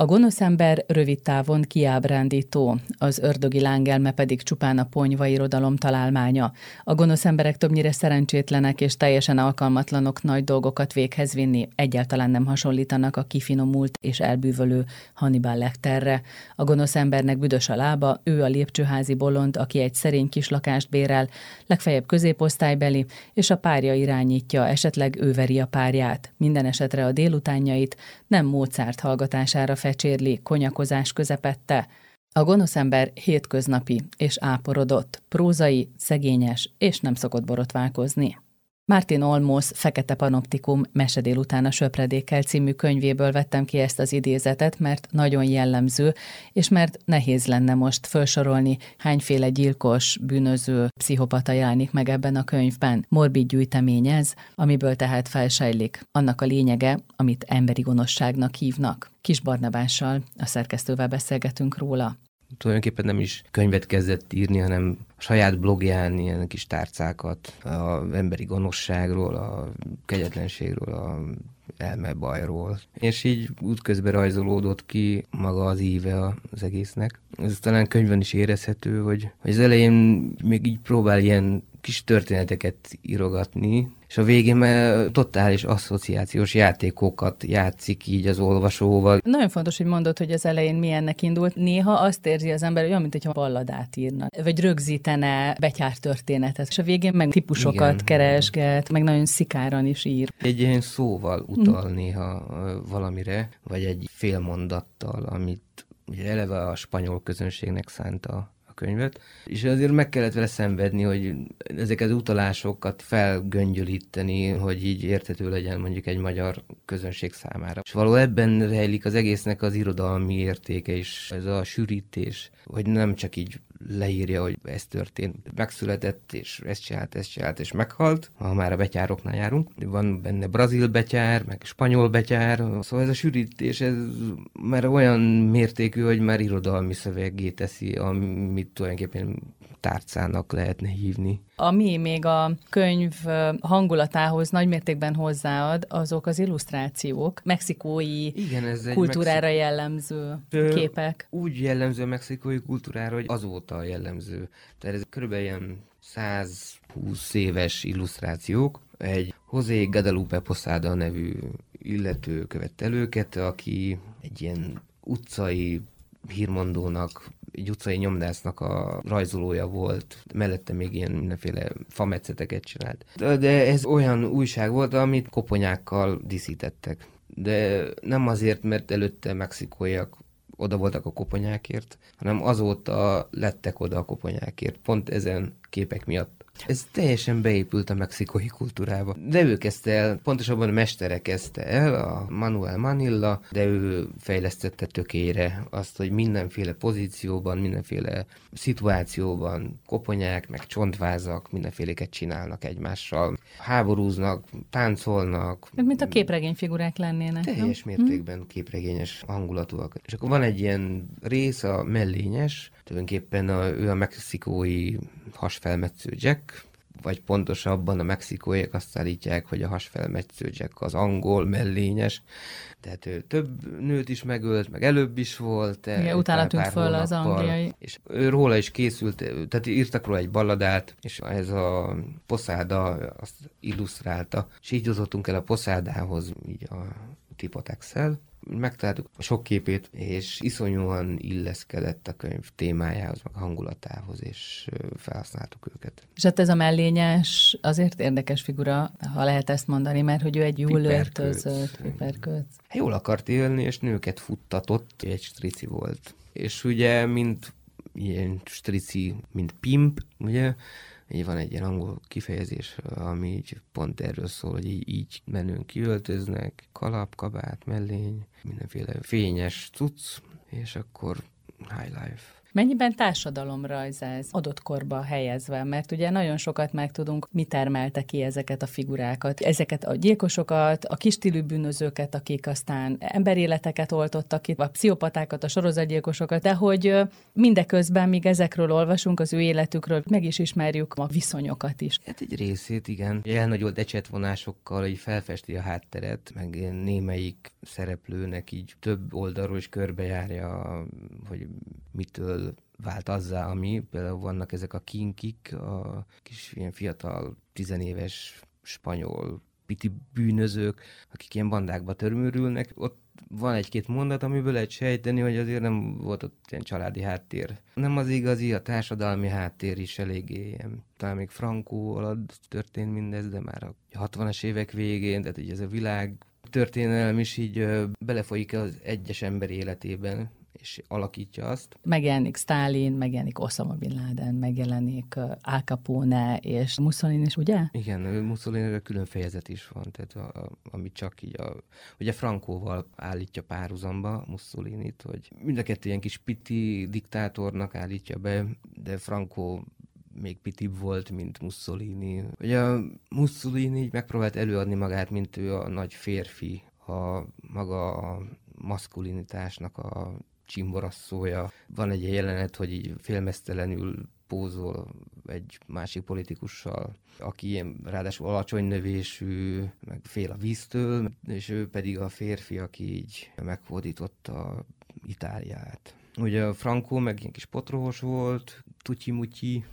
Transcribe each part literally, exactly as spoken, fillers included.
A gonosz ember rövid távon kiábrándító, az ördögi lángelme pedig csupán a ponyva irodalom találmánya. A gonosz emberek többnyire szerencsétlenek és teljesen alkalmatlanok nagy dolgokat véghez vinni, egyáltalán nem hasonlítanak a kifinomult és elbűvölő Hannibal Lecterre. A gonosz embernek büdös a lába, ő a lépcsőházi bolond, aki egy szerény kis lakást bérel, legfeljebb középosztálybeli, és a párja irányítja, esetleg ő veri a párját. Minden esetre a délutánjait nem Mozart hallgatására fecsérli, konyakozás közepette. A gonosz ember hétköznapi és áporodott, prózai, szegényes és nem szokott borotválkozni. Martin Olmos Fekete Panoptikum Mese délután a söpredékkel című könyvéből vettem ki ezt az idézetet, mert nagyon jellemző, és mert nehéz lenne most felsorolni, hányféle gyilkos, bűnöző, pszichopata jelenik meg ebben a könyvben. Morbid gyűjtemény ez, amiből tehát felsejlik annak a lényege, amit emberi gonoszságnak hívnak. Kis Barnabással, a szerkesztővel beszélgetünk róla. Tulajdonképpen nem is könyvet kezdett írni, hanem a saját blogján ilyen kis tárcákat az emberi gonoszságról, a kegyetlenségről, a elmebajról. És így útközben rajzolódott ki maga az íve az egésznek. Ez talán könyvben is érezhető, hogy, hogy az elején még így próbál ilyen kis történeteket írogatni, és a végén már totális asszociációs játékokat játszik így az olvasóval. Nagyon fontos, hogy mondod, hogy az elején milyennek indult. Néha azt érzi az ember, hogy olyan, mintha balladát írna, vagy rögzítene betyártörténetet, és a végén meg típusokat igen, keresget, meg nagyon szikáran is ír. Egy ilyen szóval utal mm. néha valamire, vagy egy félmondattal, amit ugye eleve a spanyol közönségnek szánta könyvet, és azért meg kellett vele szenvedni, hogy ezeket az utalásokat felgöngyölíteni, hogy így érthető legyen mondjuk egy magyar közönség számára. És való ebben rejlik az egésznek az irodalmi értéke is, ez a sűrítés, hogy nem csak így leírja, hogy ez történt, megszületett, és ezt csinált, ezt csinált, és meghalt, ha már a betyároknál járunk. Van benne brazil betyár, meg spanyol betyár, szóval ez a sűrítés, ez már olyan mértékű, hogy már irodalmi szöveggé teszi, amit tulajdonképpen tárcának lehetne hívni. Ami még a könyv hangulatához nagymértékben hozzáad, azok az illusztrációk, mexikói igen, ez kultúrára mexik... jellemző képek. Úgy jellemző a mexikói kultúrára, hogy azóta jellemző. Tehát ez kb. Ilyen száz húsz éves illusztrációk. Egy José Guadalupe Posada nevű illető követte el őket, aki egy ilyen utcai hírmondónak, egy utcai nyomdásznak a rajzolója volt, mellette még ilyen mindenféle fametszeteket csinált. De, de ez olyan újság volt, amit koponyákkal díszítettek. De nem azért, mert előtte mexikóiak oda voltak a koponyákért, hanem azóta lettek oda a koponyákért, pont ezen képek miatt. Ez teljesen beépült a mexikói kultúrába. De ő kezdte el, pontosabban a mestere kezdte el, a Manuel Manilla, de ő fejlesztette tökére azt, hogy mindenféle pozícióban, mindenféle szituációban koponyák, meg csontvázak, mindenféléket csinálnak egymással. Háborúznak, táncolnak. Mint a képregényfigurák lennének. Teljes nem? mértékben képregényes hangulatúak. És akkor van egy ilyen rész, a mellényes, tulajdonképpen a, ő a mexikói hasfelmetsző Jack, vagy pontosabban a mexikóiak azt állítják, hogy a hasfelmetsző Jack az angol mellényes. Tehát ő több nőt is megölt, meg előbb is volt. Igen, utána tűnt föl az angliai. És ő róla is készült, tehát írtak róla egy balladát, és ez a Posada azt illusztrálta. És így jutottunk el a Posadához, így a Tipotex-szel. Megtaláltuk a sok képét, és iszonyúan illeszkedett a könyv témájához, meg a hangulatához, és felhasználtuk őket. És hát ez a mellényes azért érdekes figura, ha lehet ezt mondani, mert hogy ő egy jól öltözött, piperkőc. Jól akart élni, és nőket futtatott, egy strici volt. És ugye, mint ilyen strici, mint pimp, ugye, így van egy ilyen angol kifejezés, ami így pont erről szól, hogy így, így menőn kiöltöznek, kalap, kabát, mellény, mindenféle fényes cucc, és akkor high life. Mennyiben társadalomrajz ez adott korba helyezve? Mert ugye nagyon sokat megtudunk, mi termelte ki ezeket a figurákat, ezeket a gyilkosokat, a kistílű bűnözőket, akik aztán emberéleteket oltottak ki, a pszichopatákat, a sorozatgyilkosokat, de hogy mindeközben, míg ezekről olvasunk, az ő életükről, meg is ismerjük a viszonyokat is. Hát egy részét, igen. Elnagyolt ecsetvonásokkal így felfesti a hátteret, meg némelyik szereplőnek így több oldalról is körbejárja, hogy mitől vált azzá, ami. Például vannak ezek a kinkik, a kis ilyen fiatal, tizenéves spanyol piti bűnözők, akik ilyen bandákba törmőrülnek. Ott van egy-két mondat, amiből lehet sejteni, hogy azért nem volt ott ilyen családi háttér. Nem az igazi, a társadalmi háttér is eléggé ilyen. Talán még Franco alatt történt mindez, de már a hatvanas évek végén, tehát így ez a világ történelem is így belefolyik az egyes ember életében, és alakítja azt. Megjelenik Sztálin, megjelenik Osama Bin Laden, megjelenik Al Capone és Mussolini is, ugye? Igen, Mussolini külön fejezet is van, tehát a, a, ami csak így a... Ugye Francóval állítja párhuzamba Mussolinit, hogy mind a kettő ilyen kis piti diktátornak állítja be, de Franco még pitibb volt, mint Mussolini. Ugye Mussolini megpróbált előadni magát, mint ő a nagy férfi, a maga a maszkulinitásnak a csimborasszója. Van egy jelenet, hogy így félmeztelenül pózol egy másik politikussal, aki ilyen ráadásul alacsony növésű, meg fél a víztől, és ő pedig a férfi, aki így meghódította Itáliát. Ugye a Franco meg ilyen kis potrohos volt, tutyi-mutyi,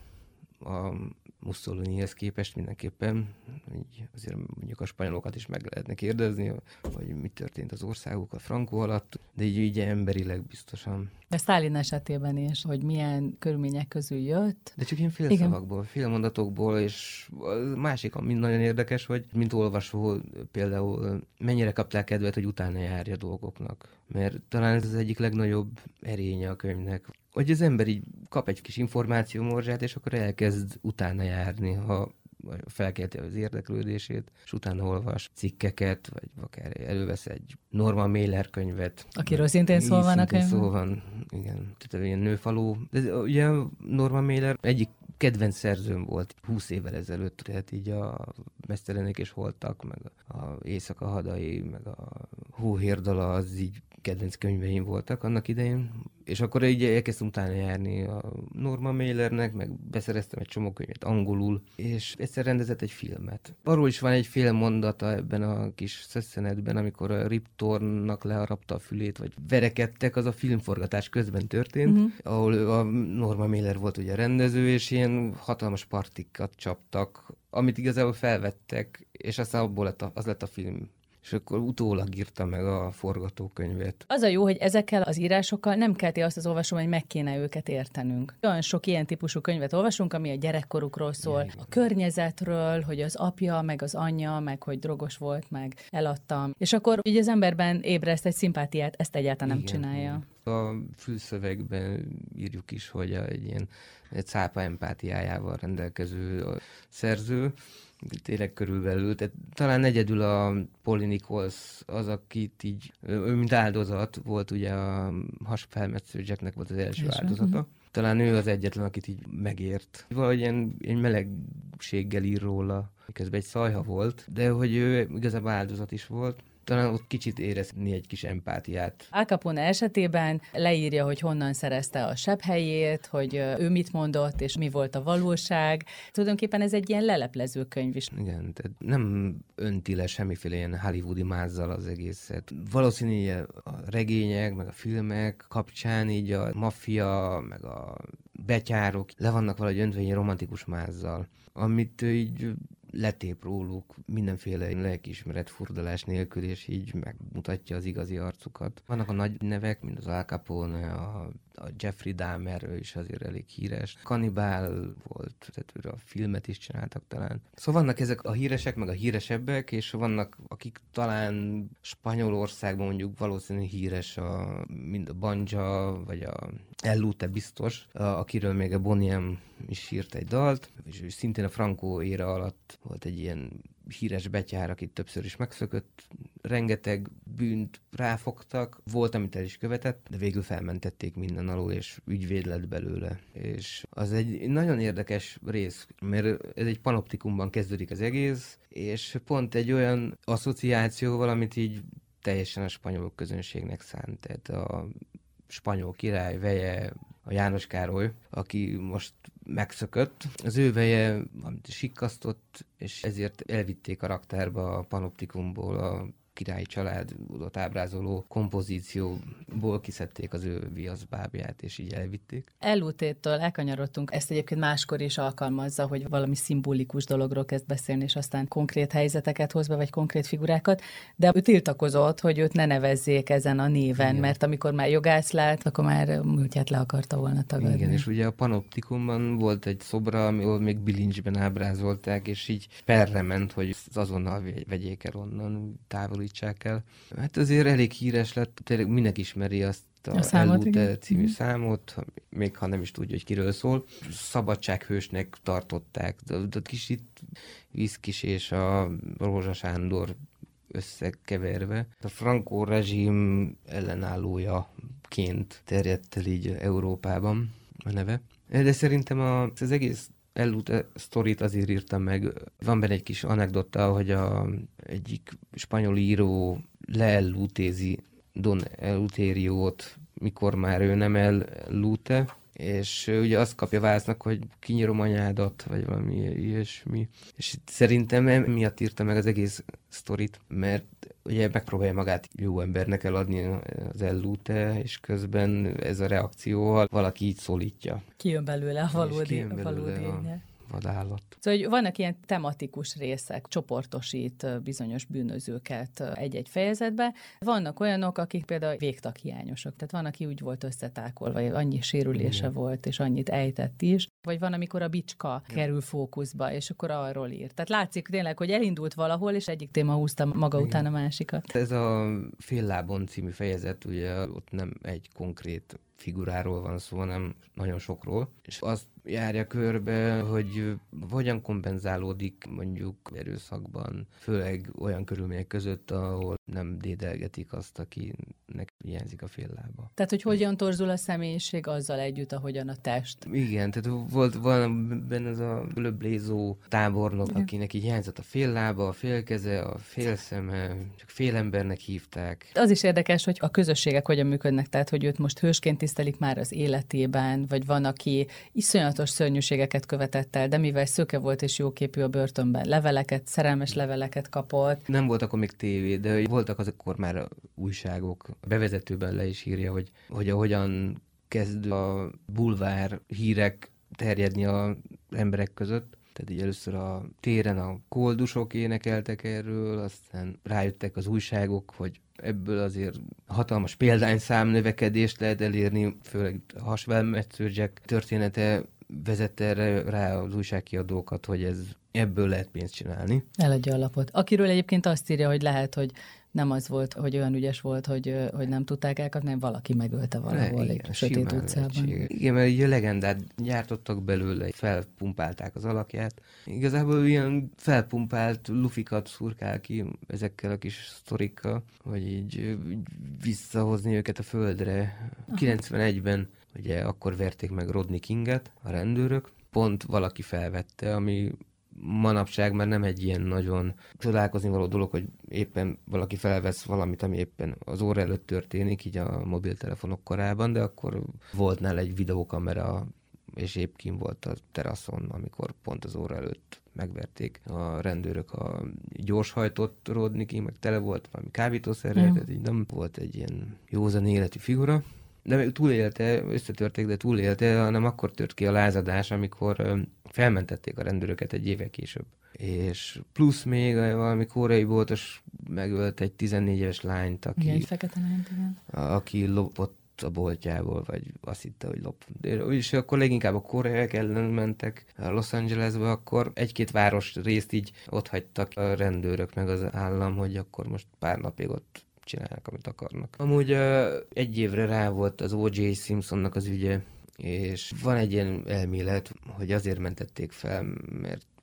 a Mussolinihez képest mindenképpen, így azért mondjuk a spanyolokat is meg lehetne kérdezni, hogy mi történt az országuk a Franco alatt, de így, így emberileg biztosan. De Sztálin esetében is, hogy milyen körülmények közül jött. De csak ilyen félszavakból, félmondatokból, és a másik, ami nagyon érdekes, hogy mint olvasó például mennyire kapták kedvet, hogy utána járja dolgoknak. Mert talán ez az egyik legnagyobb erénye a könyvnek, hogy az ember így kap egy kis információmorzsát, és akkor elkezd utána járni, ha felkelti az érdeklődését, és utána olvas cikkeket, vagy akár elővesz egy Norman Mailer könyvet. Akiről szintén szó van a könyv. Szó van, igen. Tehát ilyen nőfaló. De ugye Norman Mailer egyik kedvenc szerzőm volt húsz évvel ezelőtt, tehát így a Mesztelenek és Holtak, meg a Éjszaka hadai, meg a Hóhérdala, az így kedvenc könyveim voltak annak idején, és akkor így elkezdtem utána járni a Norman Mailernek, meg beszereztem egy csomó könyvet angolul, és egyszer rendezett egy filmet. Arról is van egy fél mondata ebben a kis szösszenetben, amikor a Rip Tornnak leharapta a fülét, vagy verekedtek, az a filmforgatás közben történt, uh-huh. ahol a Norman Mailer volt ugye a rendező, és ilyen hatalmas partikat csaptak, amit igazából felvettek, és aztán abból lett a, az lett a film. És akkor utólag írta meg a forgatókönyvet. Az a jó, hogy ezekkel az írásokkal nem kelti azt az olvasóban, hogy meg kéne őket értenünk. Olyan sok ilyen típusú könyvet olvasunk, ami a gyerekkorukról szól, ja, a környezetről, hogy az apja, meg az anyja, meg hogy drogos volt, meg eladtam. És akkor így az emberben ébreszt egy szimpátiát, ezt egyáltalán nem igen, csinálja. Igen. A fülszövegben írjuk is, hogy egy ilyen egy cápa empátiájával rendelkező a szerző, tényleg körülbelül. Tehát talán egyedül a Polly Nichols az, akit így, ő mint áldozat volt, ugye a hasfelmetsző Jacknek volt az első és áldozata. Uh-huh. Talán ő az egyetlen, akit így megért. Valahogy ilyen, ilyen melegséggel ír róla, miközben egy szajha volt, de hogy ő igazából áldozat is volt. Talán ott kicsit érezni egy kis empátiát. Al Capone esetében leírja, hogy honnan szerezte a sebhelyét, hogy ő mit mondott, és mi volt a valóság. Tulajdonképpen ez egy ilyen leleplező könyv is. Igen, tehát nem önti le semmiféle ilyen hollywoodi mázzal az egészet. Valószínűleg a regények, meg a filmek kapcsán így a maffia, meg a betyárok le vannak valahogy öntve ilyen romantikus mázzal, amit így letép róluk mindenféle lelkiismeret furdalás nélkül, és így megmutatja az igazi arcukat. Vannak a nagy nevek, mint az Al Capone, a, a Jeffrey Dahmer, ő is azért elég híres. Kannibál volt, tehát a filmet is csináltak talán. Szóval vannak ezek a híresek, meg a híresebbek, és vannak, akik talán Spanyolországban mondjuk valószínűleg híres, a, mind a Banja, vagy a El Lute biztos, a, akiről még a Boniem is írt egy dalt, és szintén a Franco éra alatt volt egy ilyen híres betyár, akit többször is megszökött, rengeteg bűnt ráfogtak, volt, amit el is követett, de végül felmentették minden alól, és ügyvéd lett belőle. És az egy nagyon érdekes rész, mert ez egy panoptikumban kezdődik az egész, és pont egy olyan asszociációval, amit így teljesen a spanyol közönségnek szánt. Tehát a spanyol király veje, a János Károly, aki most megszökött. Az ő veje amit sikkasztott, és ezért elvitték a raktárba a panoptikumból a királyi családot ábrázoló kompozícióból kiszedték az ő viaszbábját, és így elvitték. Ellútétől elkanyarodtunk, ezt egyébként máskor is alkalmazza, hogy valami szimbolikus dologról kezd beszélni, és aztán konkrét helyzeteket hoz be, vagy konkrét figurákat, de ő tiltakozott, hogy őt ne nevezzék ezen a néven, igen. Mert amikor már jogász lett, akkor már múltját le akarta volna tagadni. Igen, és ugye a panoptikumban volt egy szobra, ahol még bilincsben ábrázolták, és így perre ment, hogy azonnal vegyék el onnan, távolítsák el. Hát azért elég híres lett, tényleg mindenki ismeri azt a, a Ellute című mm. számot, még ha nem is tudja, hogy kiről szól. Szabadsághősnek tartották, de, de kicsit Viszkis és a Rózsa Sándor összekeverve. A Franco rezsim ellenállójaként terjedt el így Európában a neve. De szerintem a, az egész Ellute sztorit azért írtam meg. Van benne egy kis anekdota, hogy a, egyik spanyol író leellutézi Don Eleuteriót, mikor már ő nem Ellute, és ugye azt kapja válasznak, hogy kinyírom anyádat, vagy valami ilyesmi. És szerintem miatt írta meg az egész sztorit, mert ugye megpróbálja magát jó embernek eladni az Ellute, és közben ez a reakcióval valaki így szólítja. Kijön belőle a valódi, belőle valódi a vadállat. Szóval hogy vannak ilyen tematikus részek, csoportosít bizonyos bűnözőket egy-egy fejezetbe. Vannak olyanok, akik például végtaghiányosok. Tehát van, aki úgy volt összetákolva, vagy annyi sérülése igen. volt, és annyit ejtett is. Vagy van, amikor a bicska igen. kerül fókuszba, és akkor arról ír. Tehát látszik tényleg, hogy elindult valahol, és egyik téma húzta maga igen. után a másikat. Ez a Féllábon című fejezet, ugye ott nem egy konkrét figuráról van szó, hanem nagyon sokról, és azt járja körbe, hogy hogyan kompenzálódik mondjuk erőszakban, főleg olyan körülmények között, ahol nem dédelgetik azt, akinek hiányzik a fél lába. Tehát, hogy hogyan torzul a személyiség azzal együtt, ahogyan a test. Igen, tehát volt van benne az a löblézó tábornok, igen. akinek így hiányzott a fél lába, a fél keze, a fél szeme, csak fél embernek hívták. Az is érdekes, hogy a közösségek hogyan működnek, tehát, hogy őt most hősként tisztelik már az életében, vagy van, aki iszonyatos szörnyűségeket követett el, de mivel szőke volt és jóképű a börtönben, leveleket, szerelmes leveleket kapott. Nem volt akkor még tévé, de voltak azokor már újságok. A bevezetőben le is írja, hogy, hogy ahogyan kezd a bulvár hírek terjedni az emberek között. Tehát így először a téren a koldusok énekeltek erről, aztán rájöttek az újságok, hogy ebből azért hatalmas példányszám növekedést lehet elérni, főleg a hasvelmetszőrgyek története vezette erre rá az újságkiadókat, hogy ez ebből lehet pénzt csinálni. Eladja a lapot. Akiről egyébként azt írja, hogy lehet, hogy nem az volt, hogy olyan ügyes volt, hogy, hogy nem tudták elkapni, hanem valaki megölte valahol ne, egy igen, sötét utcában. Lehetséges. Igen, mert így a legendát gyártottak belőle, felpumpálták az alakját. Igazából ilyen felpumpált lufikat szurkál ki ezekkel a kis sztorikkal, hogy így visszahozni őket a földre. Aha. kilencvenegyben ugye akkor verték meg Rodney Kinget a rendőrök. Pont valaki felvette, ami manapság már nem egy ilyen nagyon csodálkozni való dolog, hogy éppen valaki felvesz valamit, ami éppen az óra előtt történik, így a mobiltelefonok korában, de akkor volt nála egy videókamera, és épp kint volt a teraszon, amikor pont az óra előtt megverték a rendőrök a gyorshajtott Rodney King, meg tele volt valami kábítószerrel, mm. tehát így nem volt egy ilyen józan életű figura. De túlélte, összetörték, de túlélte, hanem akkor tört ki a lázadás, amikor felmentették a rendőröket egy évvel később. És plusz még valami koreai boltos megölt egy tizennégy éves lányt, aki, igen, egy fekete lányt, igen. aki lopott a boltjából, vagy azt hitte, hogy lop. És akkor leginkább a koreaiak ellen mentek a Los Angelesbe, akkor egy-két város részt így ott hagytak a rendőrök meg az állam, hogy akkor most pár napig ott csinálnak, amit akarnak. Amúgy uh, egy évre rá volt az o jé Simpsonnak az ügye, és van egy ilyen elmélet, hogy azért mentették fel, mert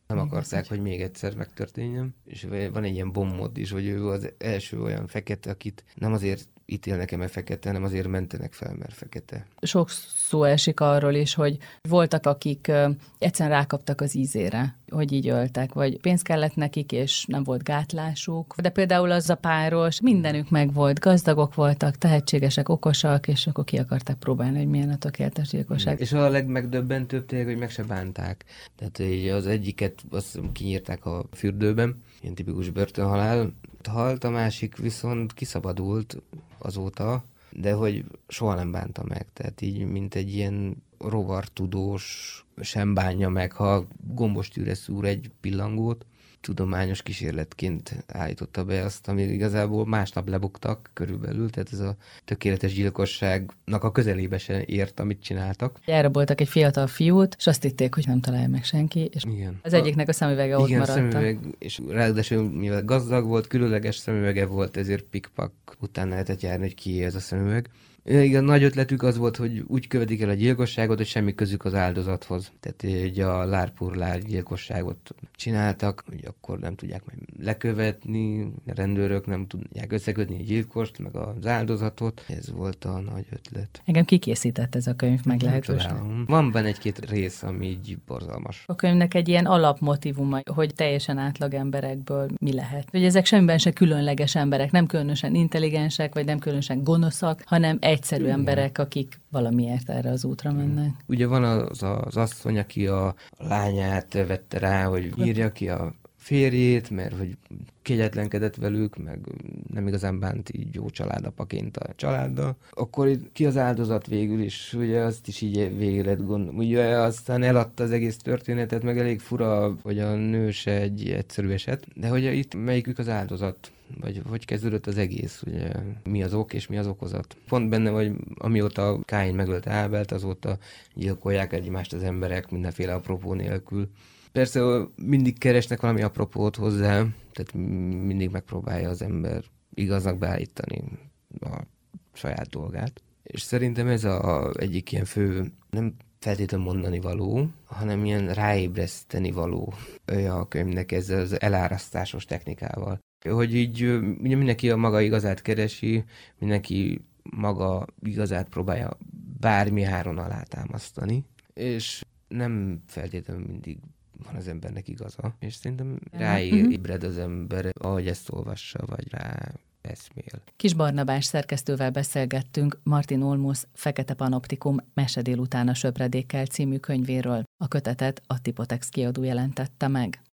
Nem akarták, hogy még egyszer megtörténjen, és van egy ilyen bombmód is, hogy ő az első olyan fekete, akit nem azért ítélnek, mert fekete, hanem azért mentenek fel, mert fekete. Sok szó esik arról is, hogy voltak, akik egyszerűen rákaptak az ízére, hogy így öltek, vagy pénz kellett nekik, és nem volt gátlásuk. De például az a páros, mindenük megvolt, gazdagok voltak, tehetségesek, okosak, és akkor ki akarták próbálni, hogy milyen a tökéletes gyilkosság. És a legmegdöbbentőbb tényleg, hogy meg se bánták. Tehát így az egyiket azt kinyírták a fürdőben, ilyen tipikus börtönhalál. Halt, a másik viszont kiszabadult azóta, de hogy soha nem bánta meg. Tehát így, mint egy ilyen rovartudós sem bánja meg, ha gombostűre szúr egy pillangót. Tudományos kísérletként állította be azt, ami igazából másnap lebuktak körülbelül, tehát ez a tökéletes gyilkosságnak a közelébe se ért, amit csináltak. Elraboltak egy fiatal fiút, és azt hitték, hogy nem találja meg senki, és igen. Az egyiknek a szemüvege ott igen, maradt. Igen, szemüveg, és ráadásul mivel gazdag volt, különleges szemüvege volt, ezért pikpak után lehetett járni, hogy kié ez a szemüveg. Igen, nagy ötletük az volt, hogy úgy követik el a gyilkosságot, hogy semmi közük az áldozathoz. Tehát egy a lárpurlár gyilkosságot csináltak, hogy akkor nem tudják majd lekövetni, a rendőrök nem tudják összekötni a gyilkost, meg az áldozatot. Ez volt a nagy ötlet. Engem kikészített ez a könyv, meglehetősen. Van benne egy-két rész, ami így borzalmas. A könyvnek egy ilyen alapmotívuma, hogy teljesen átlag emberekből mi lehet. Hogy ezek semmiben se különleges emberek, nem különösen intelligensek, vagy nem különösen gonoszak, hanem egyszerű igen. emberek, akik valamiért erre az útra mennek. Ugye van az az asszony, aki a lányát vette rá, hogy írja ki a férjét, mert hogy kegyetlenkedett velük, meg nem igazán bánt így jó családapaként a családdal. Akkor ki az áldozat végül is, ugye azt is így végig lett gondolni. Ugye aztán eladta az egész történetet, meg elég fura, hogy a nő se egy egyszerű eset, de hogy itt melyikük az áldozat? Vagy hogy kezdődött az egész, ugye mi az ok és mi az okozat. Pont benne, hogy amióta Káin megölte Ábelt, azóta gyilkolják egymást az emberek mindenféle apropó nélkül. Persze mindig keresnek valami apropót hozzá, tehát mindig megpróbálja az ember igaznak beállítani a saját dolgát. És szerintem ez a egyik ilyen fő, nem feltétlenül mondani való, hanem ilyen ráébreszteni való a könyvnek ezzel az elárasztásos technikával. Hogy így ugye mindenki a maga igazát keresi, mindenki maga igazát próbálja bármi áron alátámasztani, és nem feltétlenül mindig van az embernek igaza, és szerintem ráébred az ember, ahogy ezt olvassa, vagy rá eszmél. Kis Barnabás szerkesztővel beszélgettünk Martin Olmusz Fekete Panoptikum Mese délután a söpredékkel című könyvéről. A kötetet a Tipotex kiadó jelentette meg.